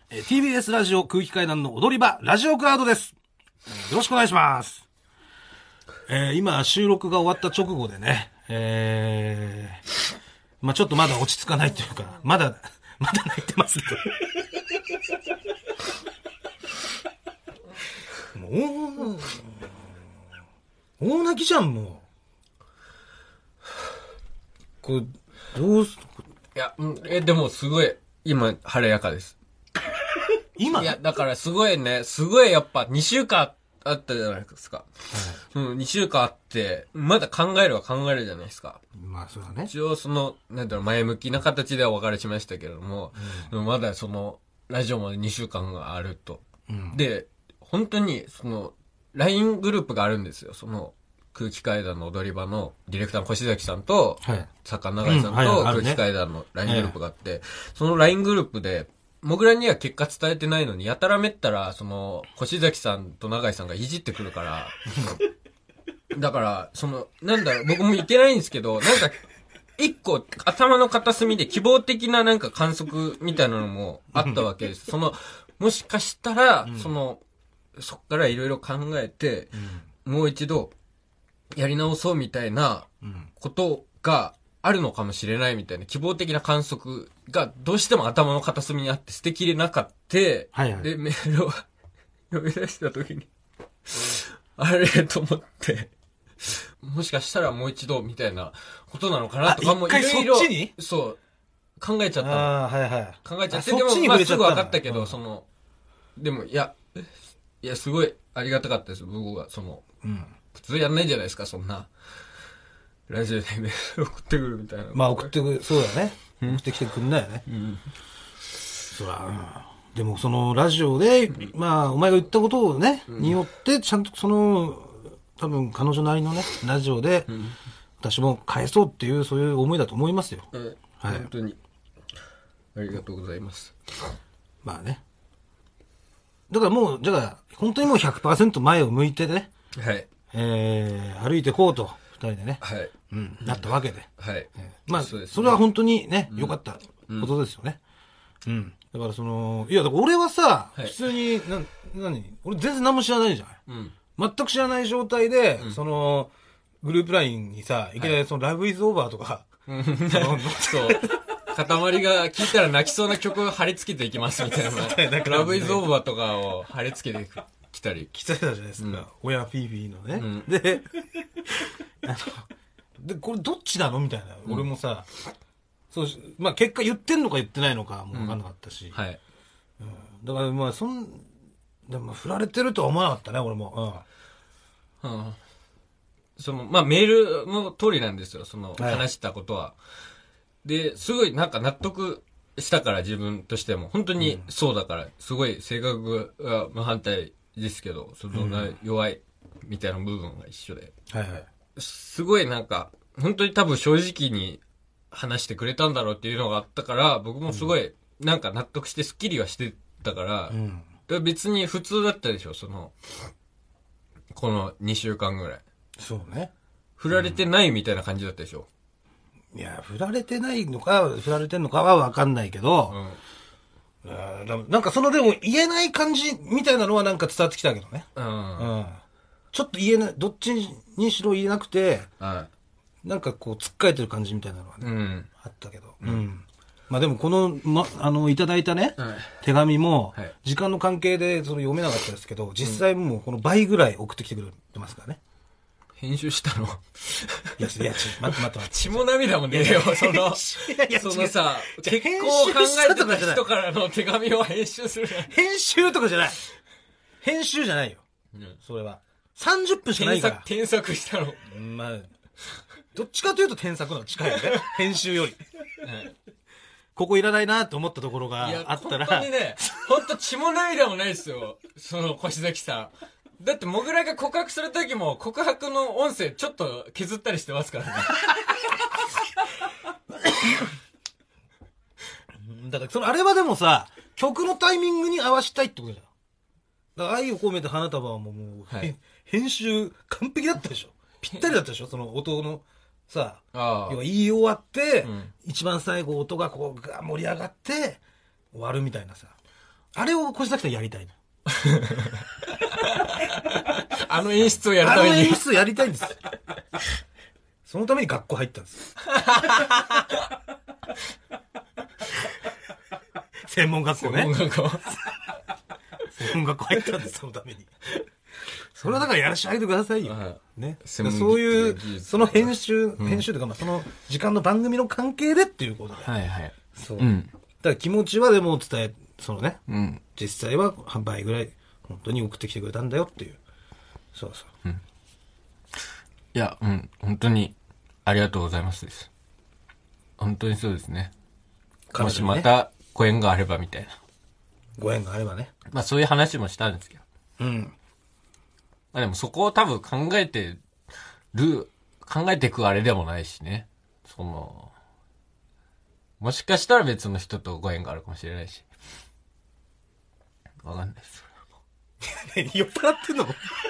TBS ラジオ空気階段の踊り場、ラジオクラウドです。よろしくお願いします。今、収録が終わった直後でね、まあちょっとまだ落ち着かないというか、まだ泣いてますけど。もう、大泣きじゃん、もう。これ、どうす、 いや、でもすごい、今、晴れやかです。 今いや、だからすごいね、すごいやっぱ2週間あったじゃないですか。はい、2週間あって、まだ考えるは考えるじゃないですか。 まあそうだね。 一応なんだろう、前向きな形ではお別れしましたけれども、でもまだラジオまで2週間があると。で、本当に、LINE グループがあるんですよ。空気階段の踊り場のディレクターの越崎さんと、坂永井さんと空気階段の LINE グループがあって、その LINE グループで、もぐらには結果伝えてないのに、やたらめったら、越崎さんと永井さんがいじってくるから、だから、なんだろう、僕もいけないんですけど、なんか、一個、頭の片隅で希望的ななんか観測みたいなのもあったわけです。もしかしたら、そっからいろいろ考えて、もう一度、やり直そうみたいなことがあるのかもしれないみたいな希望的な観測がどうしても頭の片隅にあって捨てきれなかった。で、メールを読み出した時に、あれと思って、もしかしたらもう一度みたいなことなのかなとかもいろいろ、そう、考えちゃったの。考えちゃって、でもまあすぐ分かったけど、でもいや、すごいありがたかったです、僕は。普通やんないじゃないですか、そんな。ラジオでメール送ってくるみたいな。 まあ送ってくる、そうだね。送ってきてくんないよね。そら、でもラジオで、まあお前が言ったことをね、によって、ちゃんと多分彼女なりのね、ラジオで、私も返そうっていう、そういう思いだと思いますよ。 はい。本当に。ありがとうございます。 まあね。だからもう、本当にもう 100% 前を向いてね。 はい。 歩いてこうと、二人でね。 はい。 なったわけで。 はい。 まあ、それは本当にね、良かったことですよね。だからいや、だから俺はさ、普通に、俺全然何も知らないじゃん。全く知らない状態で、グループラインにさ、いきなりラブイズオーバーとか、 そう。塊が聞いたら泣きそうな曲を貼り付けていきますみたいな。ラブイズオーバーとかを貼り付けて来たじゃないですか。親フィービーのね。で、これどっちなのみたいな。俺もさ、まあ結果言ってんのか言ってないのかも分かんなかったし。 はい。 だからまあでも振られてるとは思わなかったね、俺も。 まあメールの通りなんですよ、話したことは。で、すごいなんか納得したから自分としても。本当にそうだから、すごい性格が真反対ですけど、弱いみたいな部分が一緒で。すごいなんか、本当に多分正直に話してくれたんだろうっていうのがあったから、僕もすごいなんか納得してスッキリはしてたから、別に普通だったでしょ、この2週間ぐらい。 そうね。 振られてないみたいな感じだったでしょ。 いや、振られてないのか、振られてんのかは分かんないけど、なんかでも言えない感じみたいなのはなんか伝わってきたけどね。ちょっと言えない、どっちにしろ言えなくて、なんかこう、つっかえてる感じみたいなのはね、あったけど。まあでもいただいたね、手紙も、時間の関係で読めなかったですけど、実際もうこの倍ぐらい送ってきてくれてますからね。 編集したの？ いや、待って。 血も涙もねえよ、さ、結婚を考えてた人からの手紙を編集する。 編集とかじゃない。編集じゃないよ。それは。30分しかないから。 添削したの。 まあ、どっちかというと添削の近いよね。編集より。ここいらないなって思ったところがあったら。 本当にね、本当血も涙もないですよ。越崎さん。だって、もぐらが告白するときも、告白の音声ちょっと削ったりしてますからね。 だから、あれはでもさ、曲のタイミングに合わしたいってことじゃん。だから、愛を込めて花束はもう、編集完璧だったでしょ。ぴったりだったでしょ、音のさ、要は言い終わって、一番最後音がこう、盛り上がって、終わるみたいなさ。 あれを越崎さんやりたいの。 あの演出をやるために。 あの演出をやりたいんです。そのために学校入ったんです。専門学校ね。 専門学校。 専門学校入ったんです、そのために。それはだからやらしてあげてくださいよ。ね。そういう、その編集というか、まあその時間の番組の関係でっていうことで。 はいはい。 そう。だから気持ちはでも伝え、そのね、実際は半倍ぐらい本当に送ってきてくれたんだよっていう。そうそう。 いや、本当にありがとうございますです。本当にそうですね。もしまたご縁があればみたいな。 ご縁があればね。 まあそういう話もしたんですけど。まあでもそこを多分考えていくあれでもないしね。もしかしたら別の人とご縁があるかもしれないし。わかんないです。 酔っ払ってんの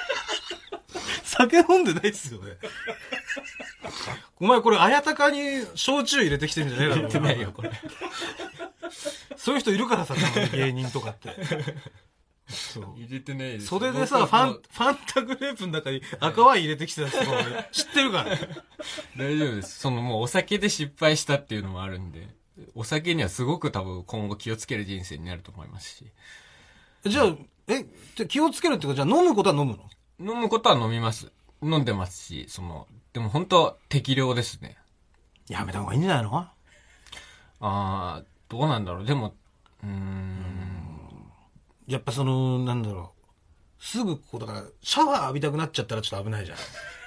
酒飲んでないっすよね。お前これ、あやたかに焼酎入れてきてんじゃねえだろ。 入れてないよ、これ。 そういう人いるからさ、芸人とかって。 そう。入れてないです。 袖でさ、ファンタグレープの中に赤ワイン入れてきてた人が知ってるから。 大丈夫です。もうお酒で失敗したっていうのもあるんで、お酒にはすごく多分今後気をつける人生になると思いますし。 じゃあ、気をつけるっていうか、じゃあ飲むことは飲むの？ 飲むことは飲みます。飲んでますし、でも本当適量ですね。 やめた方がいいんじゃないの？ どうなんだろう。でも、 やっぱなんだろう。すぐだから、シャワー浴びたくなっちゃったらちょっと危ないじゃん。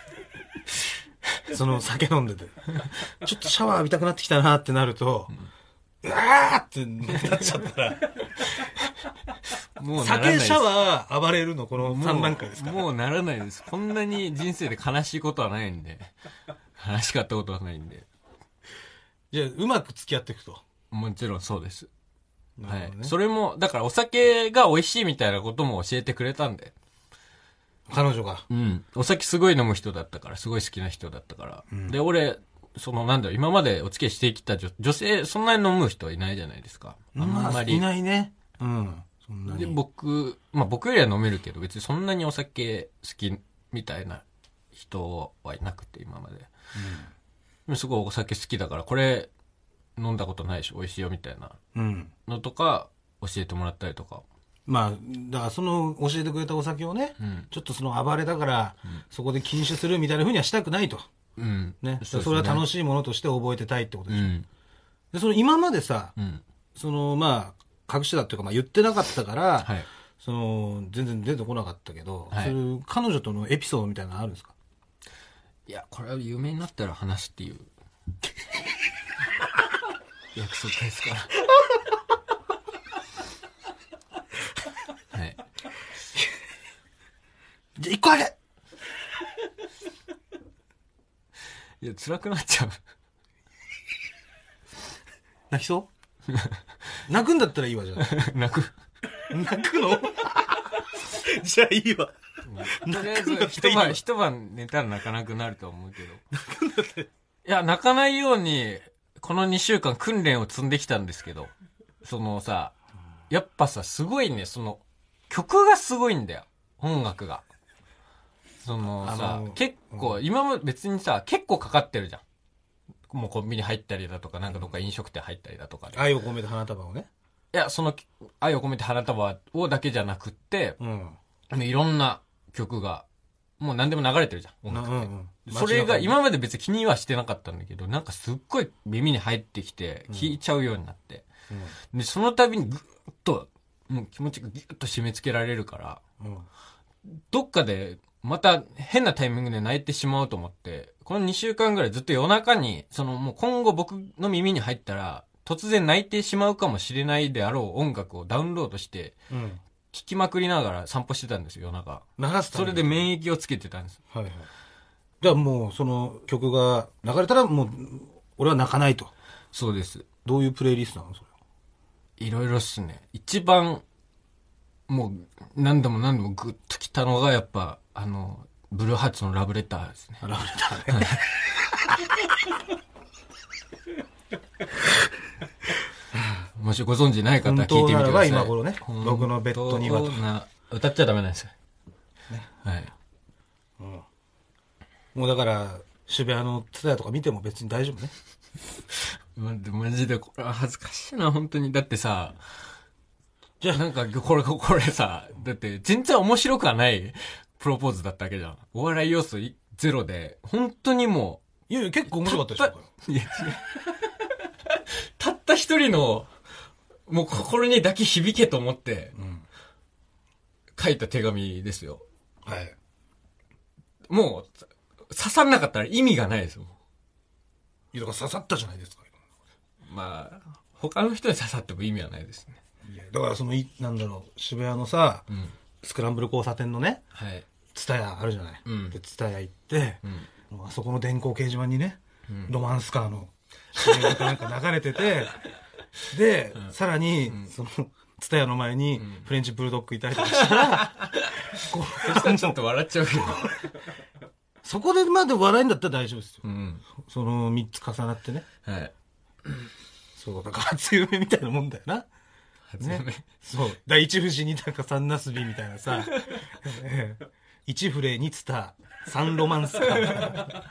酒飲んでて。ちょっとシャワー浴びたくなってきたなってなると、うわーってなっちゃったら、もう酒シャワー暴れるのこの3段階ですから。 もうならないです。こんなに人生で悲しいことはないんで。悲しかったことはないんで。 じゃあ、うまく付き合っていくと。 もちろんそうです。はい。それも、だからお酒が美味しいみたいなことも教えてくれたんで。 彼女が。 お酒すごい飲む人だったから、すごい好きな人だったから。で、俺、今までお付き合いしてきた女性、そんなに飲む人はいないじゃないですか。 あんまり。いないね。そんなに。 で、僕よりは飲めるけど、別にそんなにお酒好きみたいな人はいなくて、今まで。すごいお酒好きだから、これ飲んだことないし、美味しいよみたいなのとか、教えてもらったりとか。 まあ、だから教えてくれたお酒をね、ちょっと暴れだから、そこで禁酒するみたいな風にはしたくないと。ね。それは楽しいものとして覚えてたいってことでしょ。で、今までさ、まあ、隠してたっていうか、まあ言ってなかったから、全然出てこなかったけど、彼女とのエピソードみたいなのあるんですか？ いや、これは有名になったら話すっていう約束ですから。はい。 じゃあ、1個あげ！ いや、辛くなっちゃう。 泣きそう泣くんだったらいいわ、じゃあ。 泣くのじゃあいいわ。 とりあえず一晩寝たら泣かなくなると思うけど。泣くんだって。いや、泣かないように、この2週間訓練を積んできたんですけど、やっぱさ、すごいね、曲がすごいんだよ。音楽が。結構、今も別にさ、結構かかってるじゃん。もうコンビニ入ったりだとか、なんかどっか飲食店入ったりだとか。 愛を込めて花束をね。 いや、愛を込めて花束をだけじゃなくって、いろんな曲が、もう何でも流れてるじゃん、音楽って。それが今まで別に気にはしてなかったんだけど、なんかすっごい耳に入ってきて、聴いちゃうようになって。で、その度にぐーっと、もう気持ちがギュッと締め付けられるから、どっかでまた変なタイミングで泣いてしまうと思って、この2週間ぐらいずっと夜中に、もう今後僕の耳に入ったら、突然泣いてしまうかもしれないであろう音楽をダウンロードして、聴きまくりながら散歩してたんですよ、夜中。それで免疫をつけてたんです。 はいはい。じゃあもうその曲が流れたらもう、俺は泣かないと。 そうです。 どういうプレイリストなのそれは。 いろいろっすね。一番、もう何度もグッときたのがやっぱ、ブルーハーツのラブレターですね。 ラブレターね。 もしご存知ない方は聞いてみてください。 本当ならば今頃ね、僕のベッドにはと。 歌っちゃダメなんですよ。 ね。 はい。 もうだから、渋谷のツタヤとか見ても別に大丈夫ね。 マジで、これは恥ずかしいな、本当に。だってさ、 じゃあ、 なんか、これさ、だって全然面白くはないプロポーズだったわけじゃん。お笑い要素ゼロで、本当にもいやいや、結構面白かったでしょ。 いや、たった一人の、もう心にだけ響けと思って、書いた手紙ですよ。 はい。 もう、刺さんなかったら意味がないですよ。 いや、だから刺さったじゃないですか。 まあ、他の人に刺さっても意味はないですね。 いや、だからなんだろう、渋谷のさ、スクランブル交差点のね、 はい。 ツタヤあるじゃない。で、ツタヤ行って、あそこの電光掲示板にね、ロマンスカーの CM がなんか流れてて、で、さらに、その、ツタヤの前にフレンチブルドッグいたりとかしたら、 こうちょっと笑っちゃうけど。 そこでまで笑いんだったら大丈夫ですよ。その3つ重なってね。 はい。 そう、だから初夢みたいなもんだよな。 初夢、 ね、そう。第一富士二鷹三なすびみたいなさ、一フレ二ツタ三ロマンスカー。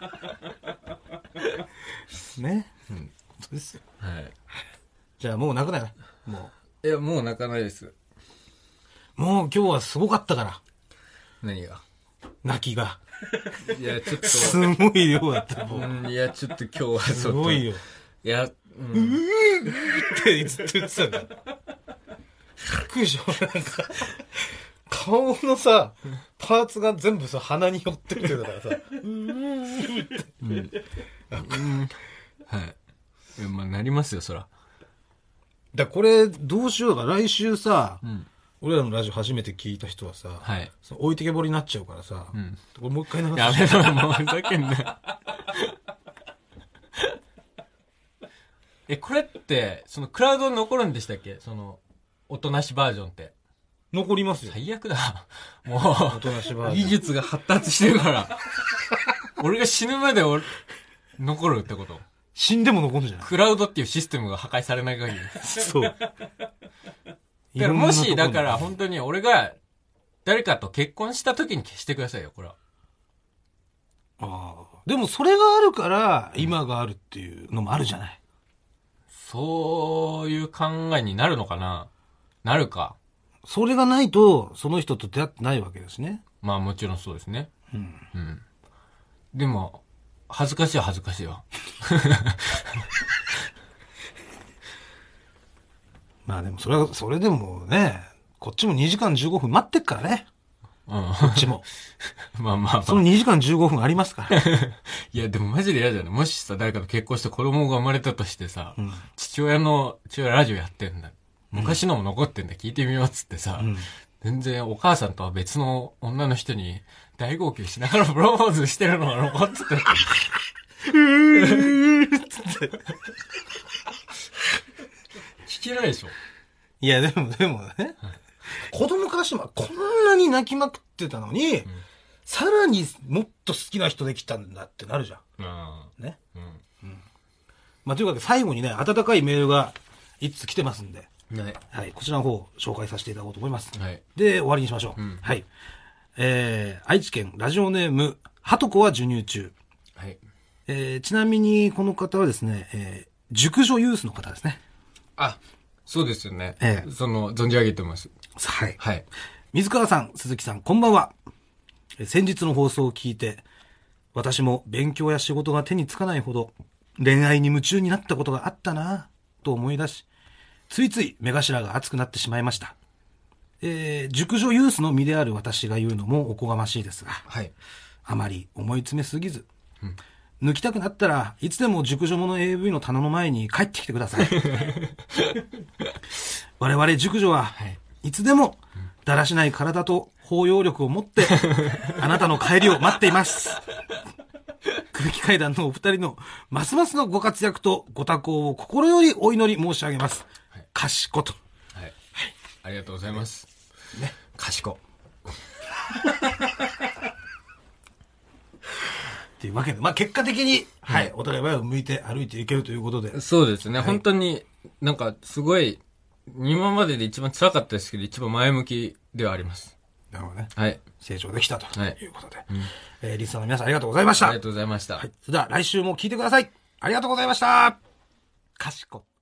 ね。そうですよ。 はい。 じゃあもう泣くなよ。もう。いや、もう泣かないです。 もう今日はすごかったから。 何が？ 泣きが。 いや、ちょっと。 すごい量だったもん。いや、ちょっと今日はすごいよ。 いや、 ってずっと言ってたんだ。びっくりしょ。なんか、顔のさ、パーツが全部さ、鼻に寄ってくるからさ、 はい。まあ、なりますよ、そら。 これ、どうしようか。来週さ、俺らのラジオ初めて聞いた人はさ、 はい。 置いてけぼりになっちゃうからさ、これもう一回流す。 やめろ、もうふざけんな。これって、そのクラウドに残るんでしたっけ？その、おとなしバージョンって。 残りますよ。 最悪だ。もう、 おとなしバージョン。 技術が発達してるから。俺が死ぬまで残るってこと？ 死んでも残るじゃない？ クラウドっていうシステムが破壊されない限り。 そう。だからもし、だから本当に俺が誰かと結婚した時に消してくださいよ、これは。 ああ。でもそれがあるから、今があるっていうのもあるじゃない。 そういう考えになるのかな？なるか。 それがないと、その人と出会ってないわけですね。 まあもちろんそうですね。でも、恥ずかしいは恥ずかしいわ。 まあでもそれでもね、こっちも2時間15分待ってっからね。こっちも。 まあまあ。 その2時間15分ありますから。 いや、でもマジで嫌じゃない？もしさ、誰かと結婚して子供が生まれたとしてさ、父親ラジオやってんだ。昔のも残ってんだ。聞いてみようっつってさ、全然お母さんとは別の女の人に大号泣しながらプロポーズしてるのが残ってて。聞けないでしょ？ いや、でもね、子供からしてもこんなに泣きまくってたのに、さらにもっと好きな人できたんだってなるじゃん。ね。まあ、というわけで最後にね、温かいメールが一つ来てますんで、はい、こちらの方を紹介させていただこうと思います。はい、で、終わりにしましょう。はい。愛知県ラジオネーム、はとこは授乳中。はい。ちなみにこの方はですね、熟女ユースの方ですね。 あ、そうですよね。存じ上げてます。 はい。はい。水川さん、鈴木さん、こんばんは。先日の放送を聞いて、私も勉強や仕事が手につかないほど恋愛に夢中になったことがあったなぁと思い出し、ついつい目頭が熱くなってしまいました。熟女ユースの身である私が言うのもおこがましいですが、はい、あまり思い詰めすぎず、抜きたくなったらいつでも熟女もの AV の棚の前に帰ってきてください。我々熟女はいつでもだらしない体と包容力を持ってあなたの帰りを待っています。空気階段のお二人のますますのご活躍とご多幸を心よりお祈り申し上げます。はい、かしこと、 はい。ありがとうございます。ね、かしこ。 っていうわけで、まあ結果的に、はい、お互い前を向いて歩いていけるということで。 そうですね、はい、本当になんかすごい今までで一番辛かったですけど、一番前向きではあります。 なるほどね。 はい。 成長できたということで。リスナーの皆さんありがとうございました。 ありがとうございました。 はい。それでは来週も聞いてください。ありがとうございました。かしこ。